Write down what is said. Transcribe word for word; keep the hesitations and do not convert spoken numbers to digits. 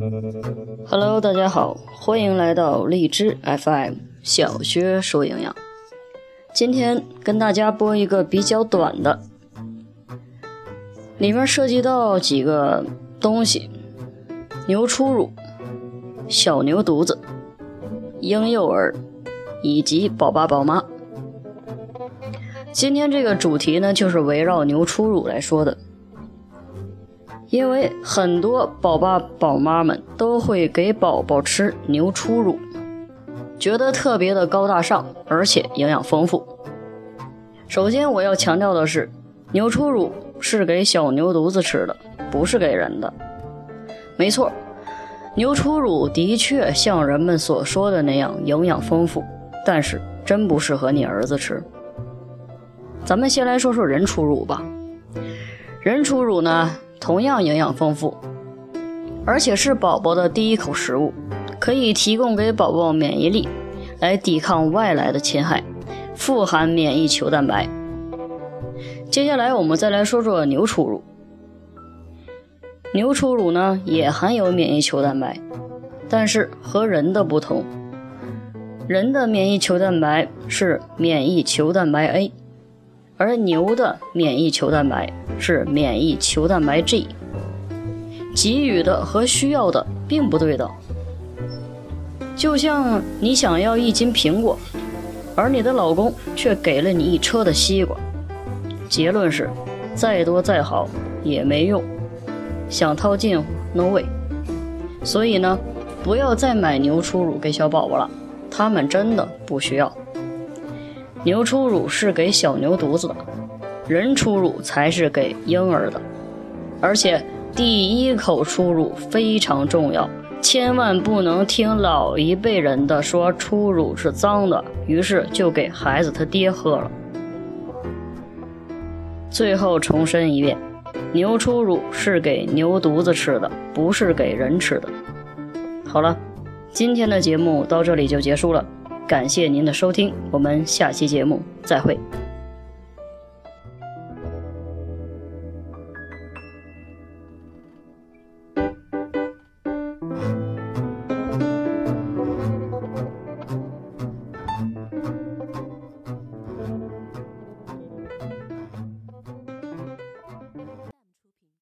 Hello， 大家好，欢迎来到荔枝 F M 小学说营养。今天跟大家播一个比较短的，里面涉及到几个东西：牛初乳、小牛犊子、婴幼儿以及宝爸宝妈。今天这个主题呢，就是围绕牛初乳来说的。因为很多宝爸宝妈们都会给宝宝吃牛初乳，觉得特别的高大上，而且营养丰富。首先我要强调的是，牛初乳是给小牛犊子吃的，不是给人的。没错，牛初乳的确像人们所说的那样营养丰富，但是真不适合你儿子吃。咱们先来说说人初乳吧。人初乳呢，同样营养丰富，而且是宝宝的第一口食物，可以提供给宝宝免疫力，来抵抗外来的侵害，富含免疫球蛋白。接下来我们再来说说牛初乳。牛初乳呢，也含有免疫球蛋白，但是和人的不同，人的免疫球蛋白是免疫球蛋白 A， 而牛的免疫球蛋白是免疫球蛋白 G， 给予的和需要的并不对等。就像你想要一斤苹果，而你的老公却给了你一车的西瓜，结论是再多再好也没用，想套近乎 no way。 所以呢，不要再买牛初乳给小宝宝了，他们真的不需要。牛初乳是给小牛犊子的，人初乳才是给婴儿的。而且第一口初乳非常重要，千万不能听老一辈人的说初乳是脏的，于是就给孩子他爹喝了。最后重申一遍，牛初乳是给牛犊子吃的，不是给人吃的。好了，今天的节目到这里就结束了，感谢您的收听，我们下期节目再会。